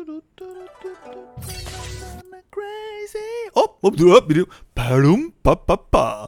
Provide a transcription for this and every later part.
Hop, hop, hop, hop, paloum, papa.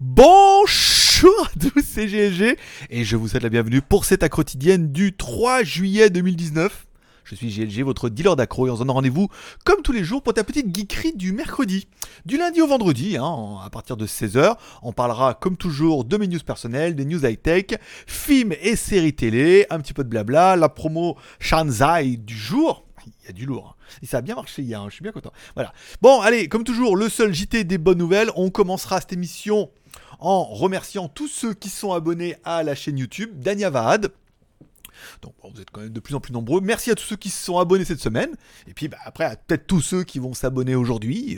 Bonjour à tous, c'est GLG et je vous souhaite la bienvenue pour cette accro quotidienne du 3 juillet 2019. Je suis GLG, votre dealer d'accro, et on se donne rendez-vous comme tous les jours pour ta petite geekerie du mercredi. Du lundi au vendredi, à partir de 16h, on parlera comme toujours de mes news personnelles, des news high-tech, films et séries télé, un petit peu de blabla, la promo Shanzai du jour. Il y a du lourd, et ça a bien marché hier, je suis bien content. Voilà. Bon, allez, comme toujours, le seul JT des bonnes nouvelles. On commencera cette émission en remerciant tous ceux qui sont abonnés à la chaîne YouTube Dania Vahad. Donc bon, vous êtes quand même de plus en plus nombreux. Merci à tous ceux qui se sont abonnés cette semaine. Et puis après, à peut-être tous ceux qui vont s'abonner aujourd'hui.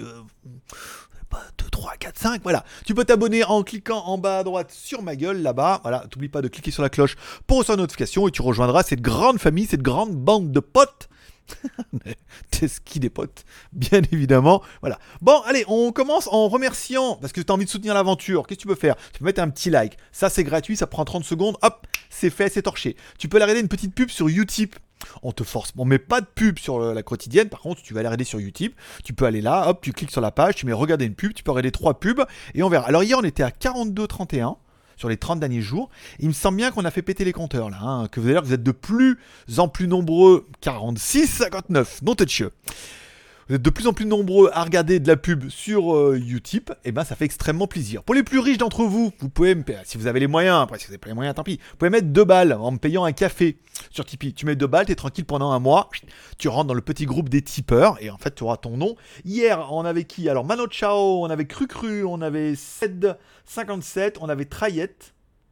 2, 3, 4, 5, voilà. Tu peux t'abonner en cliquant en bas à droite sur ma gueule, là-bas. Voilà, t'oublies pas de cliquer sur la cloche pour recevoir une notification et tu rejoindras cette grande famille, cette grande bande de potes. T'es ski des potes, bien évidemment. Voilà. Bon, allez, on commence en remerciant, parce que tu as envie de soutenir l'aventure. Qu'est-ce que tu peux faire? Tu peux mettre un petit like. Ça, c'est gratuit, ça prend 30 secondes. Hop, c'est fait, c'est torché. Tu peux aller regarder une petite pub sur Utip. On te force, on met pas de pub sur la quotidienne. Par contre, tu vas aller regarder sur Utip. Tu peux aller là, hop, tu cliques sur la page, tu mets regarder une pub. Tu peux regarder 3 pubs et on verra. Alors, hier, on était à 42,31. Sur les 30 derniers jours. Il me semble bien qu'on a fait péter les compteurs là, que vous allez voir que vous êtes de plus en plus nombreux, 46,59, non touch. Vous êtes de plus en plus nombreux à regarder de la pub sur Utip, et ben ça fait extrêmement plaisir. Pour les plus riches d'entre vous, vous pouvez, si vous avez les moyens, après si vous n'avez pas les moyens, tant pis, vous pouvez mettre 2 balles en me payant un café sur Tipeee. Tu mets 2 balles, t'es tranquille pendant un mois, tu rentres dans le petit groupe des tipeurs, et en fait tu auras ton nom. Hier, on avait qui? Alors Mano Chao, on avait Cru, on avait Ced57, on avait Trayette,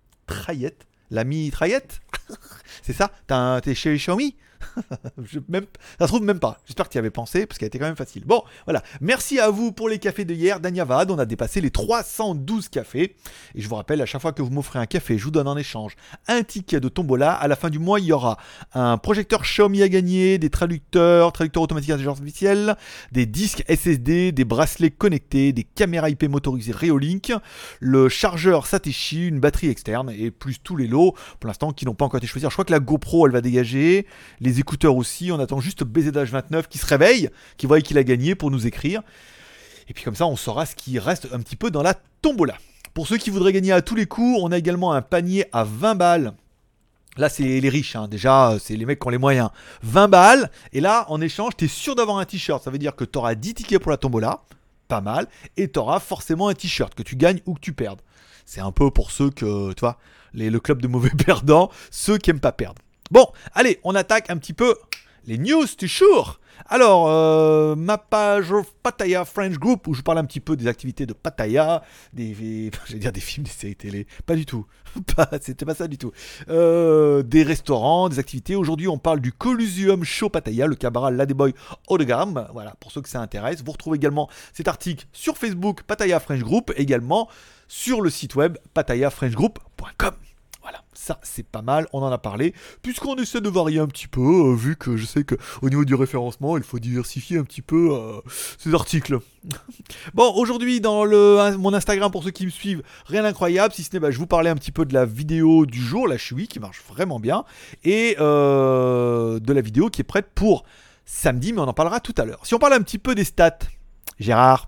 l'ami Trayette. C'est ça? T'es chez Xiaomi? Ça se trouve même pas. J'espère que tu y avais pensé parce qu'elle était quand même facile. Bon, voilà. Merci à vous pour les cafés de hier. Dania Vahad, on a dépassé les 312 cafés. Et je vous rappelle, à chaque fois que vous m'offrez un café, je vous donne en échange un ticket de tombola. À la fin du mois, il y aura un projecteur Xiaomi à gagner, des traducteurs automatiques d'intelligence artificielle, des disques SSD, des bracelets connectés, des caméras IP motorisées Reolink, le chargeur Satechi, une batterie externe et plus tous les lots pour l'instant qui n'ont pas encore été choisis. Alors, je crois que la GoPro, elle va dégager. Les écouteurs aussi, on attend juste BZH29 qui se réveille, qui voit qu'il a gagné pour nous écrire. Et puis comme ça, on saura ce qui reste un petit peu dans la tombola. Pour ceux qui voudraient gagner à tous les coups, on a également un panier à 20 balles. Là, c'est les riches, déjà, c'est les mecs qui ont les moyens. 20 balles, et là, en échange, t'es sûr d'avoir un t-shirt. Ça veut dire que t'auras 10 tickets pour la tombola, pas mal, et t'auras forcément un t-shirt, que tu gagnes ou que tu perdes. C'est un peu pour ceux que, tu vois, le club de mauvais perdants, ceux qui aiment pas perdre. Bon, allez, on attaque un petit peu les news du jour. Alors, ma page Pattaya French Group, où je parle un petit peu des activités de Pattaya, j'allais dire des films, des séries télé, pas du tout, c'était pas ça du tout. Des restaurants, des activités. Aujourd'hui, on parle du Colosseum Show Pattaya, le cabaret Ladeboy haut de gamme. Voilà, pour ceux que ça intéresse. Vous retrouvez également cet article sur Facebook, Pattaya French Group, également sur le site web pattayafrenchgroup.com. Voilà, ça c'est pas mal, on en a parlé, puisqu'on essaie de varier un petit peu, vu que je sais qu'au niveau du référencement, il faut diversifier un petit peu ces articles. Bon, aujourd'hui dans mon Instagram, pour ceux qui me suivent, rien d'incroyable, si ce n'est je vous parlais un petit peu de la vidéo du jour, la Chui, qui marche vraiment bien, et de la vidéo qui est prête pour samedi, mais on en parlera tout à l'heure. Si on parle un petit peu des stats, Gérard,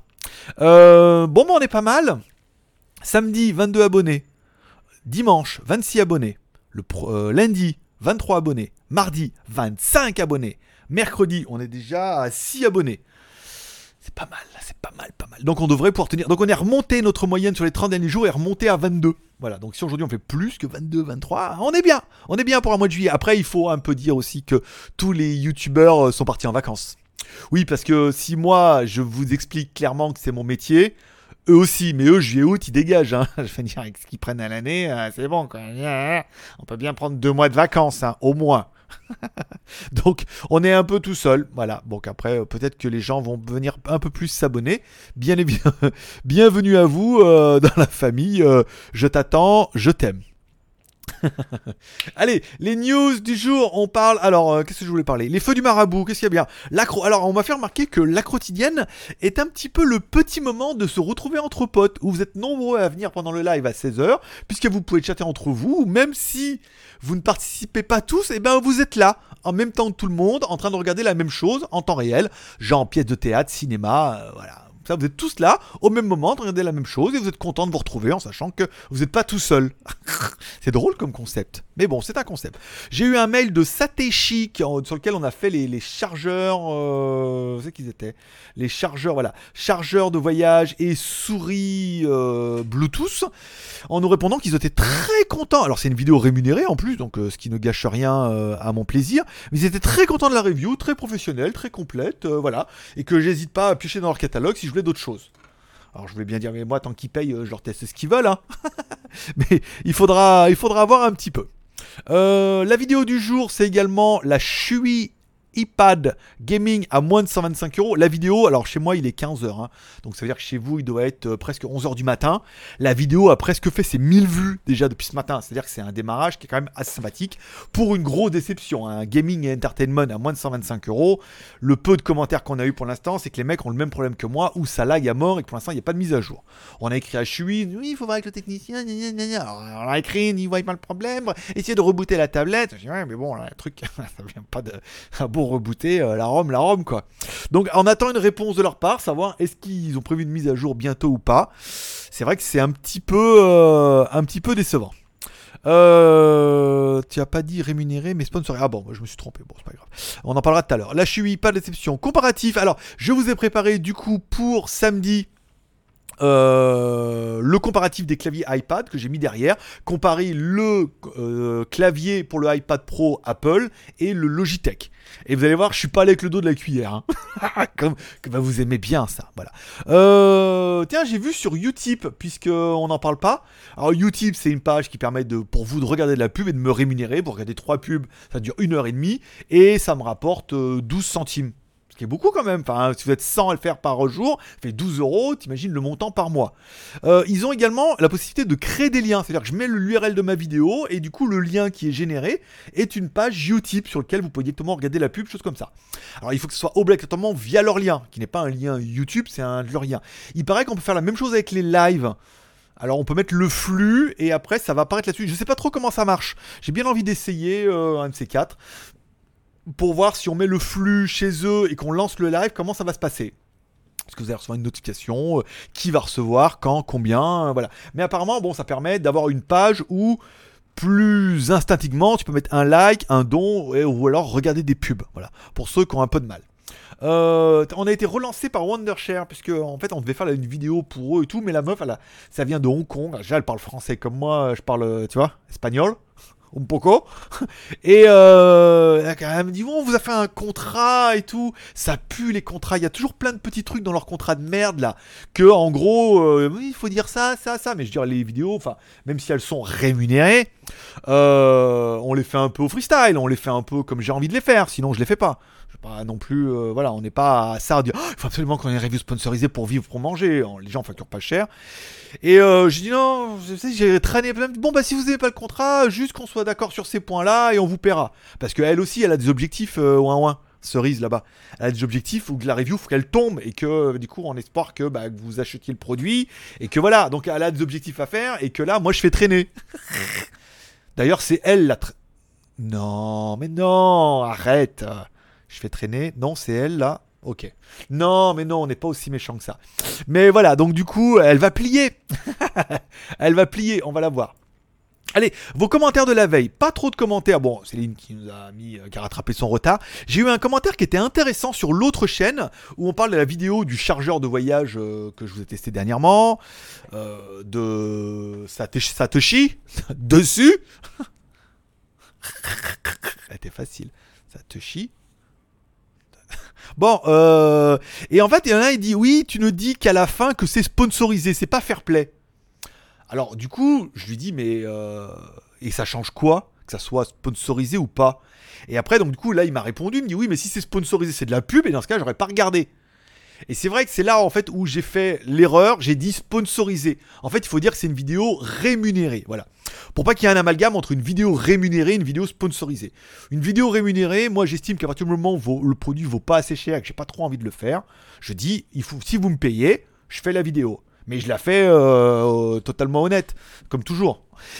on est pas mal. Samedi, 22 abonnés. Dimanche, 26 abonnés. Lundi, 23 abonnés. Mardi, 25 abonnés. Mercredi, on est déjà à 6 abonnés. C'est pas mal. Donc on devrait pouvoir tenir. Donc on est remonté, notre moyenne sur les 30 derniers jours est remontée à 22. Voilà, donc si aujourd'hui on fait plus que 22, 23, on est bien. On est bien pour un mois de juillet. Après, il faut un peu dire aussi que tous les youtubeurs sont partis en vacances. Oui, parce que si moi, je vous explique clairement que c'est mon métier... Eux aussi, mais veux, juillet, août, ils dégagent. Je veux dire, avec ce qu'ils prennent à l'année, c'est bon, quoi. On peut bien prendre 2 mois de vacances, au moins. Donc, on est un peu tout seul. Voilà. Donc après, peut-être que les gens vont venir un peu plus s'abonner. Bien évidemment, bienvenue à vous dans la famille. Je t'attends, je t'aime. Allez, les news du jour, on parle... Alors, qu'est-ce que je voulais parler? Les feux du marabout, qu'est-ce qu'il y a bien? Alors, on m'a fait remarquer que la quotidienne est un petit peu le petit moment de se retrouver entre potes, où vous êtes nombreux à venir pendant le live à 16h, puisque vous pouvez chatter entre vous, même si vous ne participez pas tous, et ben vous êtes là, en même temps que tout le monde, en train de regarder la même chose en temps réel, genre pièce de théâtre, cinéma, voilà. Ça, vous êtes tous là, au même moment, en train de regarder la même chose, et vous êtes content de vous retrouver en sachant que vous n'êtes pas tout seul. C'est drôle comme concept. Mais bon, c'est un concept. J'ai eu un mail de Satechi sur lequel on a fait les chargeurs... c'est qu'ils étaient les chargeurs, voilà. Chargeurs de voyage et souris Bluetooth. En nous répondant qu'ils étaient très contents. Alors c'est une vidéo rémunérée en plus, donc ce qui ne gâche rien à mon plaisir. Mais ils étaient très contents de la review, très professionnelle, très complète, voilà. Et que j'hésite pas à piocher dans leur catalogue si je voulais d'autres choses. Alors je voulais bien dire, mais moi tant qu'ils payent, je leur teste ce qu'ils veulent, hein. Mais il faudra voir un petit peu. La vidéo du jour, c'est également la Shui iPad Gaming à moins de 125€. La vidéo, alors chez moi il est 15h, hein, donc ça veut dire que chez vous il doit être presque 11h du matin. La vidéo a presque fait ses 1000 vues déjà depuis ce matin, c'est-à-dire que c'est un démarrage qui est quand même assez sympathique pour une grosse déception, hein. Gaming et entertainment à moins de 125€. Le peu de commentaires qu'on a eu pour l'instant, c'est que les mecs ont le même problème que moi, où ça lag à mort et que pour l'instant il n'y a pas de mise à jour. On a écrit à Shui, oui il faut voir avec le technicien, alors on a écrit, il voit pas le problème, essayez de rebooter la tablette. Je dis, ouais mais bon là, le truc, ça vient pas de un bon rebooter la ROM quoi. Donc on attend une réponse de leur part, savoir est-ce qu'ils ont prévu une mise à jour bientôt ou pas. C'est vrai que c'est un petit peu décevant. Tu as pas dit rémunéré mais sponsorisé. Ah bon, moi je me suis trompé, bon c'est pas grave. On en parlera tout à l'heure. Là je suis pas de déception. Comparatif, alors je vous ai préparé du coup pour samedi le comparatif des claviers iPad que j'ai mis derrière, comparer le clavier pour le iPad Pro Apple et le Logitech. Et vous allez voir, je suis pas allé avec le dos de la cuillère, hein. Comme vous aimez bien ça, voilà. Tiens, j'ai vu sur Utip, puisque on n'en parle pas. Alors Utip, c'est une page qui permet pour vous de regarder de la pub et de me rémunérer. Pour regarder 3 pubs, ça dure 1h30 et ça me rapporte 12 centimes. Ce qui est beaucoup quand même, enfin, si vous êtes 100 à le faire par jour, ça fait 12€, t'imagines le montant par mois. Ils ont également la possibilité de créer des liens, c'est-à-dire que je mets l'URL de ma vidéo et du coup le lien qui est généré est une page Utip sur laquelle vous pouvez directement regarder la pub, chose comme ça. Alors il faut que ce soit obligatoirement via leur lien, qui n'est pas un lien YouTube, c'est leur lien. Il paraît qu'on peut faire la même chose avec les lives. Alors on peut mettre le flux et après ça va apparaître là-dessus. Je sais pas trop comment ça marche, j'ai bien envie d'essayer un de ces quatre. Pour voir si on met le flux chez eux et qu'on lance le live, comment ça va se passer. Est-ce que vous allez recevoir une notification, qui va recevoir, quand, combien, voilà. Mais apparemment, bon, ça permet d'avoir une page où, plus instinctivement, tu peux mettre un like, un don, ou alors regarder des pubs, voilà, pour ceux qui ont un peu de mal. On a été relancé par Wondershare, puisque en fait on devait faire une vidéo pour eux et tout, mais la meuf, ça vient de Hong Kong, déjà elle parle français comme moi, je parle, tu vois, espagnol. Un poco. Et elle me dit, bon, on vous a fait un contrat et tout. Ça pue les contrats. Il y a toujours plein de petits trucs dans leurs contrats de merde là. Que en gros, il faut dire ça. Mais je veux dire, les vidéos, enfin, même si elles sont rémunérées, on les fait un peu au freestyle. On les fait un peu comme j'ai envie de les faire. Sinon, je les fais pas. Pas non plus, voilà, on n'est pas à ça à dire, oh, il faut absolument qu'on ait une review sponsorisée pour vivre, pour manger. Les gens facturent pas cher. Et j'ai dit non, je sais, j'ai traîné plein de... Bon bah si vous n'avez pas le contrat, juste qu'on soit d'accord sur ces points-là et on vous paiera. Parce qu'elle aussi, elle a des objectifs ouin cerise là-bas. Elle a des objectifs où que la review faut qu'elle tombe et que du coup on espère que vous achetiez le produit et que voilà, donc elle a des objectifs à faire et que là moi je fais traîner. D'ailleurs c'est elle la non mais non, arrête. Je fais traîner. Non, c'est elle, là. Ok. Non, mais non, on n'est pas aussi méchant que ça. Mais voilà, donc du coup, elle va plier. Elle va plier, on va la voir. Allez, vos commentaires de la veille. Pas trop de commentaires. Bon, Céline qui nous a qui a rattrapé son retard. J'ai eu un commentaire qui était intéressant sur l'autre chaîne où on parle de la vidéo du chargeur de voyage que je vous ai testé dernièrement. De Satoshi. Dessus. C'était facile. Satoshi. Bon, et en fait, il y en a un, il dit oui, tu nous dis qu'à la fin que c'est sponsorisé, c'est pas fair play. Alors, du coup, je lui dis, mais et ça change quoi, que ça soit sponsorisé ou pas? Et après, donc, du coup, là, il m'a répondu, il me dit oui, mais si c'est sponsorisé, c'est de la pub, et dans ce cas, j'aurais pas regardé. Et c'est vrai que c'est là, en fait, où j'ai fait l'erreur, j'ai dit sponsorisé. En fait, il faut dire que c'est une vidéo rémunérée, voilà. Pour pas qu'il y ait un amalgame entre une vidéo rémunérée et une vidéo sponsorisée. Une vidéo rémunérée, moi j'estime qu'à partir du moment où le produit vaut pas assez cher et que j'ai pas trop envie de le faire, je dis, si vous me payez, je fais la vidéo. Mais je la fais totalement honnête, comme toujours.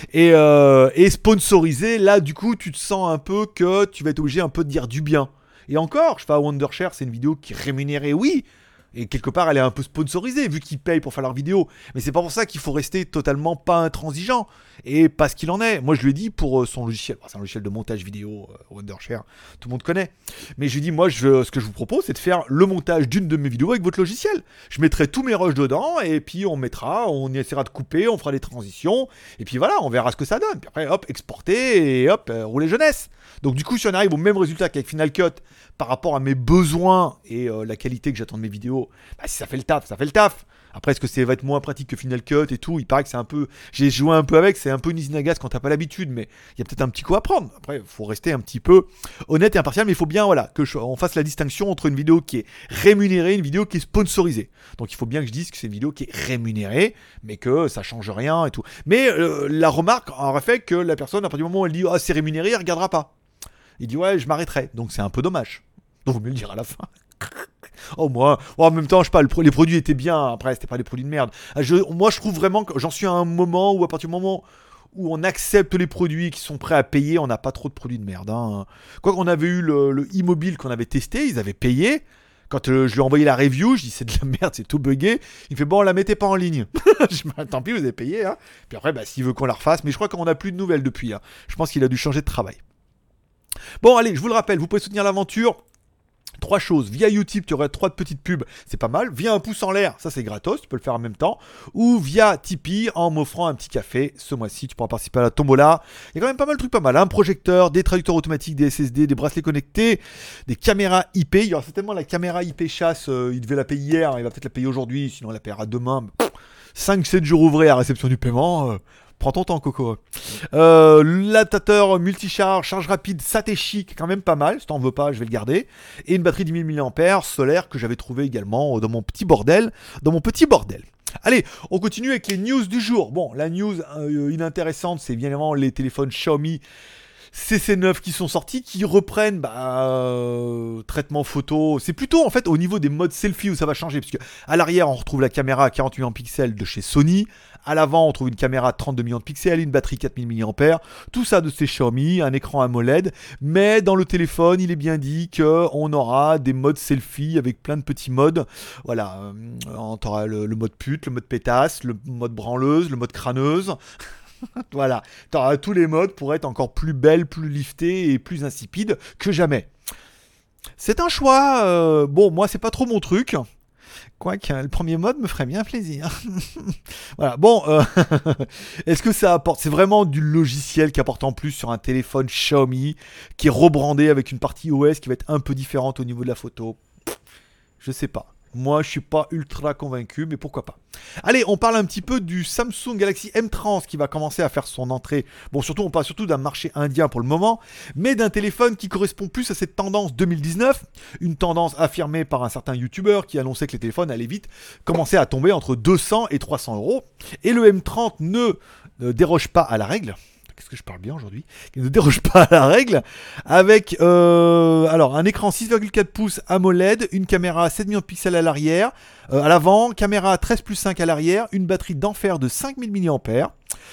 Et sponsorisé, là du coup tu te sens un peu que tu vas être obligé un peu de dire du bien. Et encore, je fais à Wondershare, c'est une vidéo qui est rémunérée, oui. Et quelque part, elle est un peu sponsorisée, vu qu'ils payent pour faire leur vidéo. Mais c'est pas pour ça qu'il faut rester totalement pas intransigeant. Et pas ce qu'il en est. Moi, je lui ai dit pour son logiciel. C'est un logiciel de montage vidéo, Wondershare. Tout le monde connaît. Mais je lui ai dit, moi, ce que je vous propose, c'est de faire le montage d'une de mes vidéos avec votre logiciel. Je mettrai tous mes rushs dedans. Et puis, on essaiera de couper, on fera des transitions. Et puis voilà, on verra ce que ça donne. Puis après, hop, exporter et hop, rouler jeunesse. Donc du coup, si on arrive au même résultat qu'avec Final Cut par rapport à mes besoins et la qualité que j'attends de mes vidéos, bah, si ça fait le taf, ça fait le taf. Après, est-ce que ça va être moins pratique que Final Cut et tout? Il paraît que c'est un peu... J'ai joué un peu avec, c'est un peu une usine à gaz quand t'as pas l'habitude, mais il y a peut-être un petit coup à prendre. Après, il faut rester un petit peu honnête et impartial, mais il faut bien voilà, on fasse la distinction entre une vidéo qui est rémunérée et une vidéo qui est sponsorisée. Donc il faut bien que je dise que c'est une vidéo qui est rémunérée, mais que ça change rien et tout. Mais la remarque aurait fait que la personne, à partir du moment où elle dit « Ah, c'est rémunéré », elle regardera pas. Il dit ouais, je m'arrêterai. Donc c'est un peu dommage. Donc vaut mieux le dire à la fin. En même temps, je sais pas, les produits étaient bien. Après, c'était pas des produits de merde. Moi, je trouve vraiment que j'en suis à un moment où, à partir du moment où on accepte les produits qui sont prêts à payer, on n'a pas trop de produits de merde. Hein. Quoi qu'on avait eu le e-mobile qu'on avait testé, ils avaient payé. Quand je lui ai envoyé la review, je dis c'est de la merde, c'est tout buggé. Il fait bon, la mettez pas en ligne. Tant pis, vous avez payé. Hein. Puis après, s'il veut qu'on la refasse, mais je crois qu'on n'a plus de nouvelles depuis. Hein. Je pense qu'il a dû changer de travail. Bon, allez, je vous le rappelle, vous pouvez soutenir l'aventure. 3 choses. Via Utip, tu aurais 3 petites pubs, c'est pas mal. Via un pouce en l'air, ça c'est gratos, tu peux le faire en même temps. Ou via Tipeee, en m'offrant un petit café. Ce mois-ci, tu pourras participer à la tombola. Il y a quand même pas mal de trucs pas mal. Un projecteur, des traducteurs automatiques, des SSD, des bracelets connectés, des caméras IP. Il y aura certainement la caméra IP chasse, il devait la payer hier, il va peut-être la payer aujourd'hui, sinon il la paiera demain. 5-7 jours ouvrés à réception du paiement. Prends ton temps, Coco. L'adaptateur multicharge, charge rapide Satechi, qui est quand même pas mal. Si t'en veux pas, je vais le garder. Et une batterie 10 000 mAh solaire que j'avais trouvé également dans mon petit bordel. Allez, on continue avec les news du jour. Bon, la news inintéressante, c'est bien évidemment les téléphones Xiaomi CC9 qui sont sortis, qui reprennent traitement photo. C'est plutôt en fait au niveau des modes selfie où ça va changer, puisque à l'arrière on retrouve la caméra à 48 millions de pixels de chez Sony, à l'avant on trouve une caméra de 32 millions de pixels, une batterie 4000 mAh, tout ça de chez Xiaomi, un écran AMOLED, mais dans le téléphone il est bien dit qu'on aura des modes selfie avec plein de petits modes. Voilà, on aura le mode pute, le mode pétasse, le mode branleuse, le mode crâneuse. Voilà, t'auras tous les modes pour être encore plus belle, plus liftée et plus insipide que jamais. C'est un choix, bon, moi c'est pas trop mon truc. Quoique, le premier mode me ferait bien plaisir. Voilà, bon, est-ce que ça apporte... C'est vraiment du logiciel qui apporte en plus sur un téléphone Xiaomi, qui est rebrandé avec une partie OS qui va être un peu différente au niveau de la photo. Je sais pas. Moi, je suis pas ultra convaincu, mais pourquoi pas. Allez, on parle un petit peu du Samsung Galaxy M30 qui va commencer à faire son entrée. Bon, on parle surtout d'un marché indien pour le moment, mais d'un téléphone qui correspond plus à cette tendance 2019, une tendance affirmée par un certain YouTuber qui annonçait que les téléphones allaient vite commencer à tomber entre 200 et 300 euros. Et le M30 ne déroge pas à la règle. Qu'est-ce que je parle bien aujourd'hui? Il ne déroge pas à la règle. Avec un écran 6,4 pouces AMOLED, une caméra 7 millions de pixels à l'arrière, à l'avant, caméra 13+5 à l'arrière, une batterie d'enfer de 5000 mAh.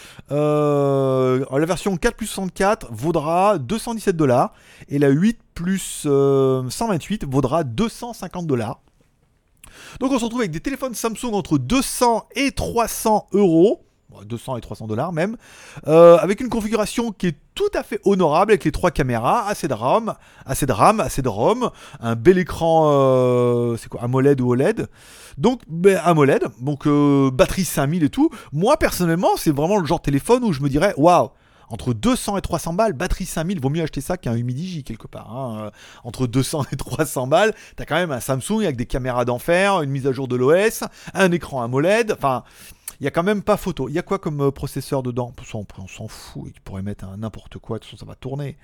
La version 4+64 vaudra $217 et la 8+128 vaudra $250. Donc on se retrouve avec des téléphones Samsung entre 200 et 300 euros. 200 et 300 $ même, avec une configuration qui est tout à fait honorable avec les 3 caméras, assez de RAM, assez de ROM, un bel écran, c'est quoi, AMOLED ou OLED, donc AMOLED, donc batterie 5000 et tout. Moi personnellement, c'est vraiment le genre de téléphone où je me dirais, waouh, entre 200 et 300 balles, batterie 5000, vaut mieux acheter ça qu'un Humidigi quelque part. Hein. Entre 200 et 300 balles, t'as quand même un Samsung avec des caméras d'enfer, une mise à jour de l'OS, un écran AMOLED, enfin... Il n'y a quand même pas photo. Il y a quoi comme processeur dedans? On s'en fout. Il pourrait mettre n'importe quoi. De toute façon, ça va tourner.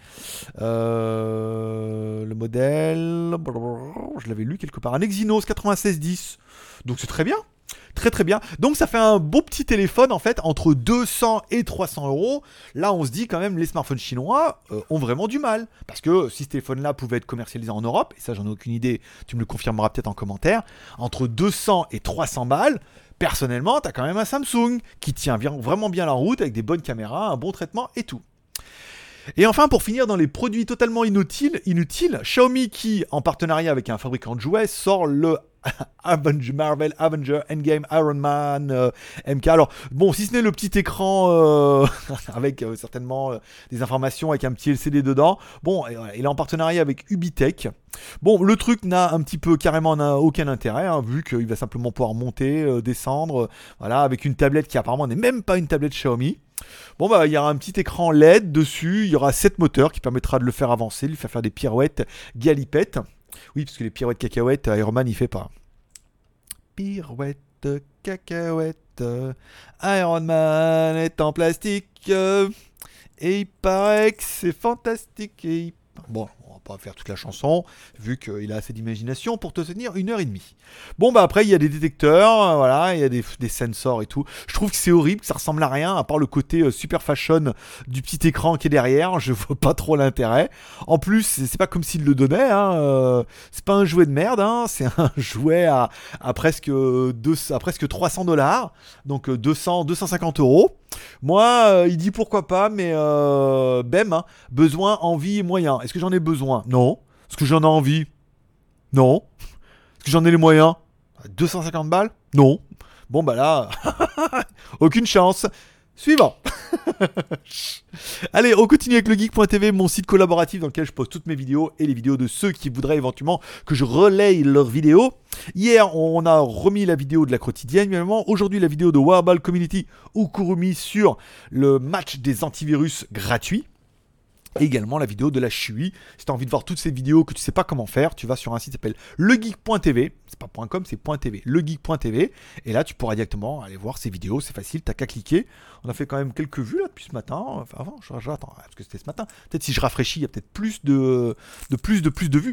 Le modèle... Je l'avais lu quelque part. Un Exynos 9610. Donc c'est très bien. Très très bien. Donc ça fait un beau petit téléphone en fait entre 200 et 300 euros. Là on se dit quand même les smartphones chinois ont vraiment du mal. Parce que si ce téléphone-là pouvait être commercialisé en Europe, et ça j'en ai aucune idée, tu me le confirmeras peut-être en commentaire, entre 200 et 300 balles, personnellement t'as quand même un Samsung qui tient vraiment bien la route avec des bonnes caméras, un bon traitement et tout. Et enfin, pour finir dans les produits totalement inutiles, Xiaomi qui, en partenariat avec un fabricant de jouets, sort le Marvel Avenger Endgame Iron Man MK. Alors, bon, si ce n'est le petit écran avec certainement des informations avec un petit LCD dedans, bon, il est en partenariat avec Ubitech. Bon, le truc n'a aucun intérêt, hein, vu qu'il va simplement pouvoir monter, descendre, voilà, avec une tablette qui apparemment n'est même pas une tablette Xiaomi. Bon bah il y aura un petit écran LED dessus, il y aura 7 moteurs qui permettra de le faire avancer, de lui faire des pirouettes galipettes. Oui, parce que les pirouettes cacahuètes, Iron Man il fait pas. Pirouette cacahuète, Iron Man est en plastique et il paraît que c'est fantastique Bon, on va pas faire toute la chanson, vu qu'il a assez d'imagination pour te tenir 1h30. Bon, bah après, il y a des détecteurs, voilà, il y a des sensors et tout. Je trouve que c'est horrible, que ça ressemble à rien, à part le côté super fashion du petit écran qui est derrière. Je vois pas trop l'intérêt. En plus, c'est pas comme s'il le donnait, hein. C'est pas un jouet de merde, hein. C'est un jouet à presque 300 $, donc 250 euros. Moi, il dit pourquoi pas, mais bem, hein, besoin, envie et moyens. Est-ce que j'en ai besoin? Non. Est-ce que j'en ai envie? Non. Est-ce que j'en ai les moyens? 250 balles? Non. Bon, bah là, aucune chance. Suivant. Allez, on continue avec legeek.tv, mon site collaboratif dans lequel je poste toutes mes vidéos et les vidéos de ceux qui voudraient éventuellement que je relaye leurs vidéos. Hier, on a remis la vidéo de la quotidienne, évidemment. Aujourd'hui, la vidéo de Warball Community Ukurumi sur le match des antivirus gratuits. Et également la vidéo de la Shui. Si tu as envie de voir toutes ces vidéos que tu sais pas comment faire, tu vas sur un site qui s'appelle legeek.tv. C'est pas .com, c'est .tv. Legeek.tv. Et là, tu pourras directement aller voir ces vidéos. C'est facile, t'as qu'à cliquer. On a fait quand même quelques vues là depuis ce matin. Enfin, avant, j'attends, parce que c'était ce matin. Peut-être si je rafraîchis, il y a peut-être plus de vues.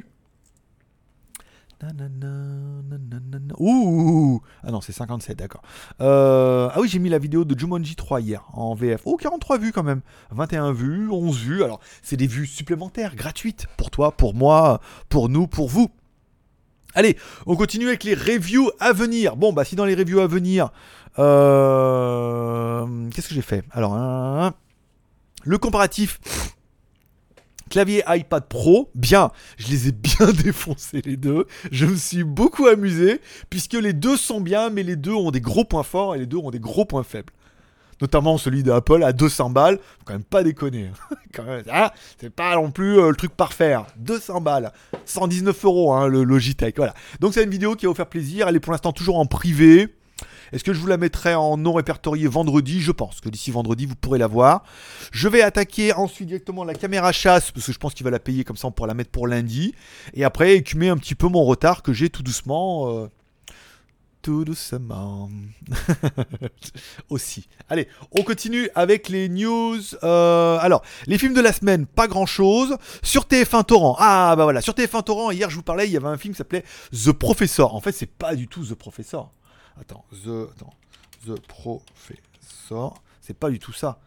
Ouh. Ah non, c'est 57, d'accord. Ah oui, j'ai mis la vidéo de Jumanji 3 hier en VF. Oh, 43 vues quand même. 21 vues, 11 vues. Alors, c'est des vues supplémentaires, gratuites. Pour toi, pour moi, pour nous, pour vous. Allez, on continue avec les reviews à venir. Bon, bah si dans les reviews à venir... qu'est-ce que j'ai fait? Alors, le comparatif... Clavier iPad Pro, bien, je les ai bien défoncés les deux, je me suis beaucoup amusé, puisque les deux sont bien, mais les deux ont des gros points forts et les deux ont des gros points faibles. Notamment celui d'Apple à 200 balles, faut quand même pas déconner. Quand même, hein, c'est pas non plus le truc parfait. 200 balles, 119 euros hein, le Logitech, voilà. Donc c'est une vidéo qui va vous faire plaisir, elle est pour l'instant toujours en privé. Est-ce que je vous la mettrai en non répertorié vendredi? Je pense que d'ici vendredi, vous pourrez la voir. Je vais attaquer ensuite directement la caméra chasse, parce que je pense qu'il va la payer comme ça, on pourra la mettre pour lundi. Et après, écumer un petit peu mon retard que j'ai tout doucement. Tout doucement. Aussi. Allez, on continue avec les news. Alors, les films de la semaine, pas grand-chose. Sur TF1 Torrent. Ah, bah voilà, sur TF1 Torrent, hier, je vous parlais, il y avait un film qui s'appelait The Professor. En fait, c'est pas du tout The Professor. Attends, The Professor, c'est pas du tout ça.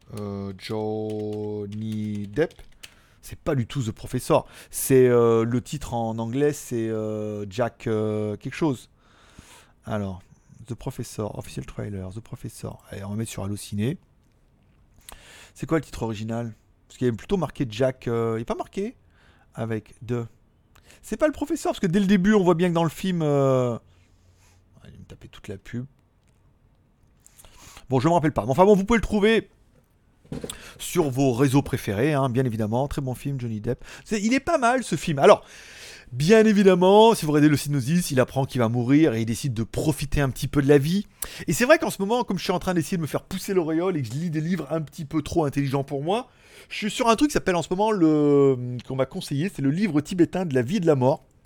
Johnny Depp, c'est pas du tout The Professor. C'est le titre en anglais, c'est Jack quelque chose. Alors, The Professor, official trailer, The Professor. Allez, on va mettre sur Allociné. C'est quoi le titre original? Parce qu'il y avait plutôt marqué Jack. Il n'est pas marqué avec de. C'est pas le professeur, parce que dès le début, on voit bien que dans le film. Il va me taper toute la pub. Bon, je me rappelle pas. Mais enfin bon, vous pouvez le trouver sur vos réseaux préférés, hein, bien évidemment. Très bon film, Johnny Depp. Il est pas mal ce film. Alors, bien évidemment, si vous regardez le synopsis, il apprend qu'il va mourir et il décide de profiter un petit peu de la vie. Et c'est vrai qu'en ce moment, comme je suis en train d'essayer de me faire pousser l'auréole et que je lis des livres un petit peu trop intelligents pour moi, je suis sur un truc qui s'appelle en ce moment qu'on m'a conseillé, c'est le livre tibétain de la vie et de la mort.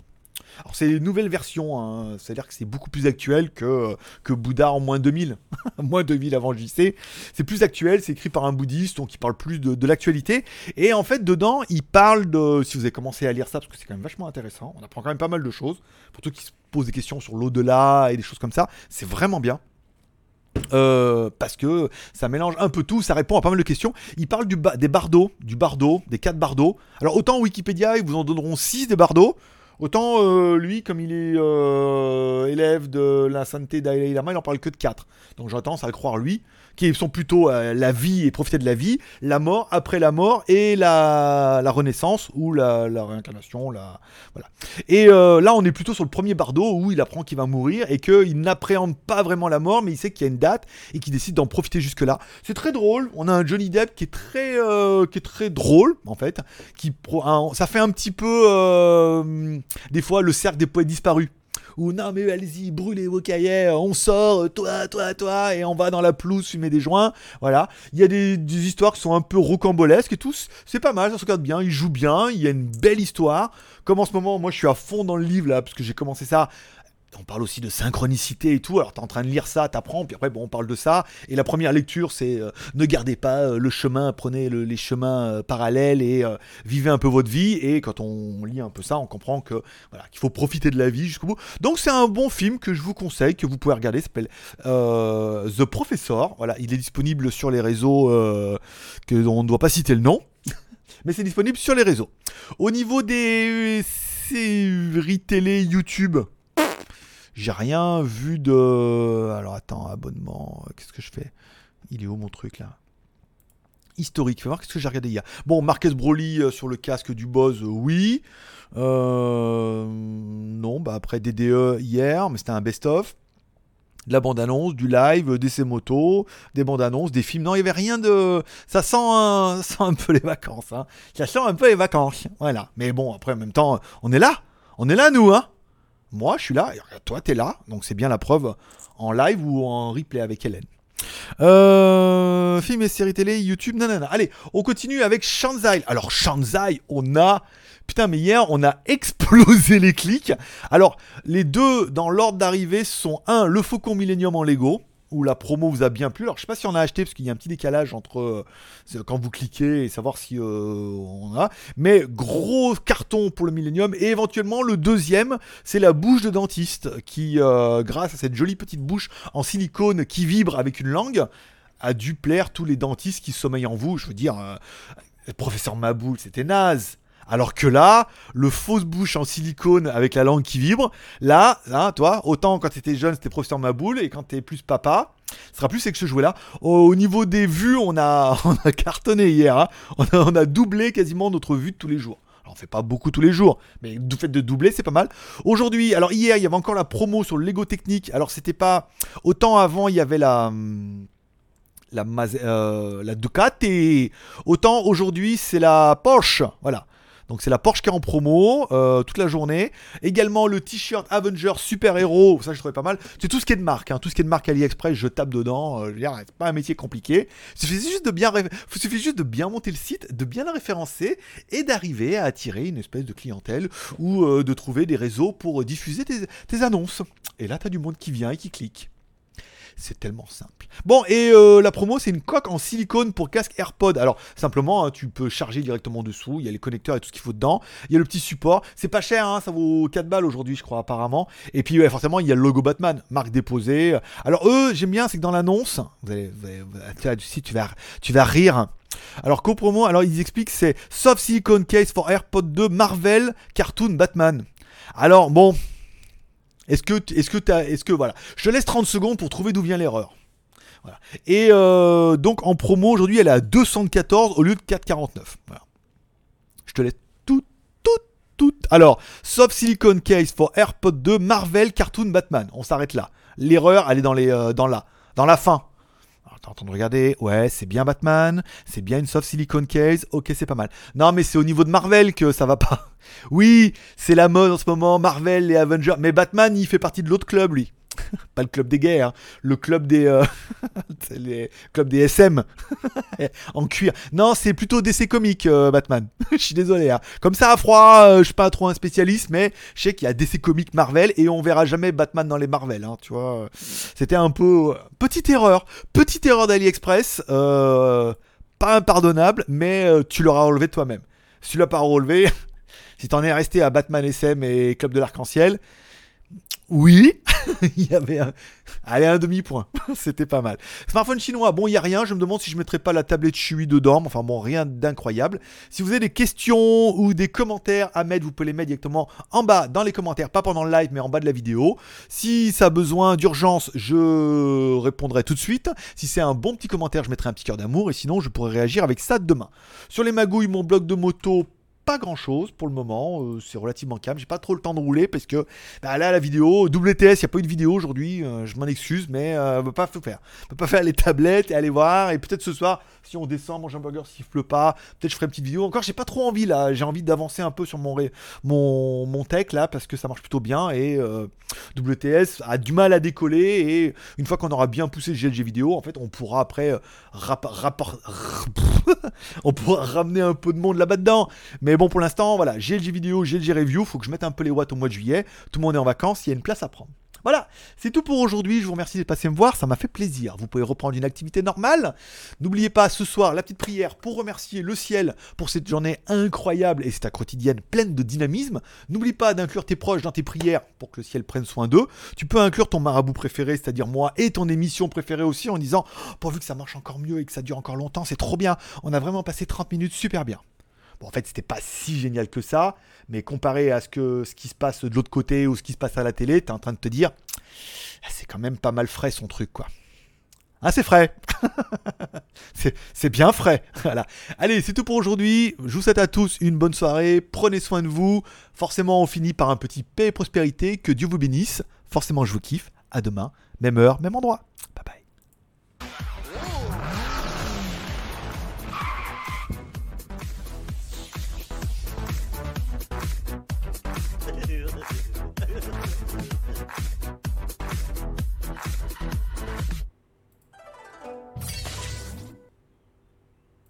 Alors c'est une nouvelle version, hein. C'est-à-dire que c'est beaucoup plus actuel que Bouddha en moins 2000, moins 2000 avant JC. C'est plus actuel, c'est écrit par un bouddhiste, donc il parle plus de l'actualité. Et en fait, dedans, il parle de... Si vous avez commencé à lire ça, parce que c'est quand même vachement intéressant, on apprend quand même pas mal de choses. Pour ceux qui se posent des questions sur l'au-delà et des choses comme ça, c'est vraiment bien. Parce que ça mélange un peu tout, ça répond à pas mal de questions. Il parle des bardos, des 4 bardos. Alors autant Wikipédia, ils vous en donneront 6 des bardos. Autant lui, comme il est élève de la sainteté Dalai Lama, il en parle que de 4. Donc j'aurais tendance à le croire lui, qui sont plutôt la vie et profiter de la vie, la mort, après la mort, et la renaissance, ou la réincarnation, voilà. Et là, on est plutôt sur le premier bardo, où il apprend qu'il va mourir, et qu'il n'appréhende pas vraiment la mort, mais il sait qu'il y a une date, et qu'il décide d'en profiter jusque-là. C'est très drôle, on a un Johnny Depp qui est très drôle, en fait, ça fait un petit peu... des fois, le cercle des poètes disparus. Ou non, mais allez-y, brûlez vos cahiers, on sort, toi, et on va dans la pelouse fumer des joints. Voilà. Il y a des histoires qui sont un peu rocambolesques et tout. C'est pas mal, ça se regarde bien, il joue bien, il y a une belle histoire. Comme en ce moment, moi je suis à fond dans le livre là, parce que j'ai commencé ça. On parle aussi de synchronicité et tout, alors t'es en train de lire ça, t'apprends, puis après bon on parle de ça, et la première lecture c'est ne gardez pas le chemin, prenez les chemins parallèles et vivez un peu votre vie, et quand on lit un peu ça, on comprend que voilà, qu'il faut profiter de la vie jusqu'au bout. Donc c'est un bon film que je vous conseille, que vous pouvez regarder, ça s'appelle The Professor, voilà, il est disponible sur les réseaux que on ne doit pas citer le nom, mais c'est disponible sur les réseaux. Au niveau des séries télé YouTube, j'ai rien vu de... Alors attends, abonnement, qu'est-ce que je fais? Il est où mon truc là? Historique, fais voir qu'est-ce que j'ai regardé hier. Bon, Marcus Broly sur le casque du boss, oui. Non, bah après DDE hier, mais c'était un best-of. De la bande-annonce, du live, des motos, des bandes-annonces, des films. Non, il n'y avait rien de... Ça sent un peu les vacances. Hein. Ça sent un peu les vacances. Voilà. Mais bon, après, en même temps, on est là. On est là, nous, hein. Moi, je suis là, et toi, t'es là, donc c'est bien la preuve en live ou en replay avec Hélène. Films et séries télé, YouTube, nanana. Allez, on continue avec Shanzai. Alors, Shanzai, on a... Putain, mais hier, on a explosé les clics. Alors, les deux, dans l'ordre d'arrivée, sont le Faucon Millenium en Lego, où la promo vous a bien plu. Alors je sais pas si on a acheté parce qu'il y a un petit décalage entre quand vous cliquez et savoir si on a. Mais gros carton pour le Millennium. Et éventuellement le deuxième, c'est la bouche de dentiste qui, grâce à cette jolie petite bouche en silicone qui vibre avec une langue, a dû plaire tous les dentistes qui sommeillent en vous. Je veux dire, professeur Maboul, c'était naze. Alors que là, le fausse bouche en silicone avec la langue qui vibre, là, hein, toi, autant quand t'étais jeune, c'était professeur Maboul, et quand t'es plus papa, ce sera plus c'est que ce jouet là. Au niveau des vues, on a cartonné hier, hein. On a doublé quasiment notre vue de tous les jours. Alors on fait pas beaucoup tous les jours, mais du fait de doubler, c'est pas mal. Aujourd'hui, alors hier, il y avait encore la promo sur le Lego Technique. Alors c'était pas... Autant avant, il y avait la Ducati, autant aujourd'hui, c'est la Porsche, voilà. Donc c'est la Porsche qui est en promo toute la journée. Également le t-shirt Avenger Super Héros, ça je trouvais pas mal. C'est tout ce qui est de marque, hein. Tout ce qui est de marque AliExpress, je tape dedans. Je veux dire, c'est pas un métier compliqué. Il suffit juste de bien monter le site, de bien le référencer et d'arriver à attirer une espèce de clientèle ou de trouver des réseaux pour diffuser tes annonces. Et là, t'as du monde qui vient et qui clique. C'est tellement simple. Bon, et la promo, c'est une coque en silicone pour casque AirPod. Alors, simplement, hein, tu peux charger directement dessous. Il y a les connecteurs et tout ce qu'il faut dedans. Il y a le petit support. C'est pas cher, hein, ça vaut 4 balles aujourd'hui, je crois, apparemment. Et puis, ouais, forcément, il y a le logo Batman, marque déposée. Alors, eux, j'aime bien, c'est que dans l'annonce, tu vas rire. Alors, co-promo, alors ils expliquent, c'est Soft Silicone Case for AirPod 2 Marvel Cartoon Batman. Alors, bon... Est-ce que voilà, je te laisse 30 secondes pour trouver d'où vient l'erreur. Voilà. Et donc en promo aujourd'hui, elle est à 214 au lieu de 4,49. Voilà. Je te laisse tout. Alors, Soft Silicone Case for AirPod 2 Marvel Cartoon Batman. On s'arrête là. L'erreur, elle est dans la fin. Alors, t'es en train de regarder. Ouais, c'est bien Batman. C'est bien une Soft Silicone Case. Ok, c'est pas mal. Non, mais c'est au niveau de Marvel que ça va pas. Oui, c'est la mode en ce moment, Marvel et Avengers. Mais Batman, il fait partie de l'autre club, lui. Pas le club des gays, hein. Le club des... club des SM. En cuir. Non, c'est plutôt DC Comics, Batman. Je suis désolé. Hein. Comme ça, à froid, je suis pas trop un spécialiste, mais je sais qu'il y a DC Comics Marvel et on verra jamais Batman dans les Marvel. Hein, tu vois. C'était un peu... Petite erreur. Petite erreur d'AliExpress. Pas impardonnable, mais tu l'auras relevé toi-même. Si tu l'as pas relevé, si t'en es resté à Batman SM et Club de l'Arc-en-Ciel, oui, il y avait un demi-point, c'était pas mal. Smartphone chinois, bon, il n'y a rien, je me demande si je mettrais pas la tablette Chui dedans, mais enfin bon, rien d'incroyable. Si vous avez des questions ou des commentaires à mettre, vous pouvez les mettre directement en bas dans les commentaires, pas pendant le live, mais en bas de la vidéo. Si ça a besoin d'urgence, je répondrai tout de suite. Si c'est un bon petit commentaire, je mettrai un petit cœur d'amour, et sinon, je pourrai réagir avec ça demain. Sur les magouilles, mon blog de moto, pas grand chose pour le moment, c'est relativement calme, j'ai pas trop le temps de rouler parce que là la vidéo, WTS, il n'y a pas eu de vidéo aujourd'hui, je m'en excuse, mais on peut pas faire. On peut pas faire les tablettes et aller voir, et peut-être ce soir, si on descend, manger un burger s'il pleut pas, peut-être je ferai une petite vidéo. Encore, j'ai pas trop envie là, j'ai envie d'avancer un peu sur mon tech là, parce que ça marche plutôt bien, et WTS a du mal à décoller, et une fois qu'on aura bien poussé le GLG vidéo, en fait, on pourra après on pourra ramener un peu de monde là-bas dedans. Mais bon, pour l'instant, voilà, GLG vidéo, GLG review, faut que je mette un peu les watts au mois de juillet. Tout le monde est en vacances, il y a une place à prendre. Voilà, c'est tout pour aujourd'hui. Je vous remercie de passer me voir, ça m'a fait plaisir. Vous pouvez reprendre une activité normale. N'oubliez pas ce soir la petite prière pour remercier le ciel pour cette journée incroyable et cette quotidienne pleine de dynamisme. N'oublie pas d'inclure tes proches dans tes prières pour que le ciel prenne soin d'eux. Tu peux inclure ton marabout préféré, c'est-à-dire moi, et ton émission préférée aussi, en disant pourvu que ça marche encore mieux et que ça dure encore longtemps, c'est trop bien. On a vraiment passé 30 minutes super bien. Bon, en fait, c'était pas si génial que ça, mais comparé à ce qui se passe de l'autre côté ou ce qui se passe à la télé, t'es en train de te dire, c'est quand même pas mal frais son truc, quoi. Ah, c'est frais. c'est bien frais. Voilà. Allez, c'est tout pour aujourd'hui. Je vous souhaite à tous une bonne soirée. Prenez soin de vous. Forcément, on finit par un petit paix et prospérité. Que Dieu vous bénisse. Forcément, je vous kiffe. À demain, même heure, même endroit.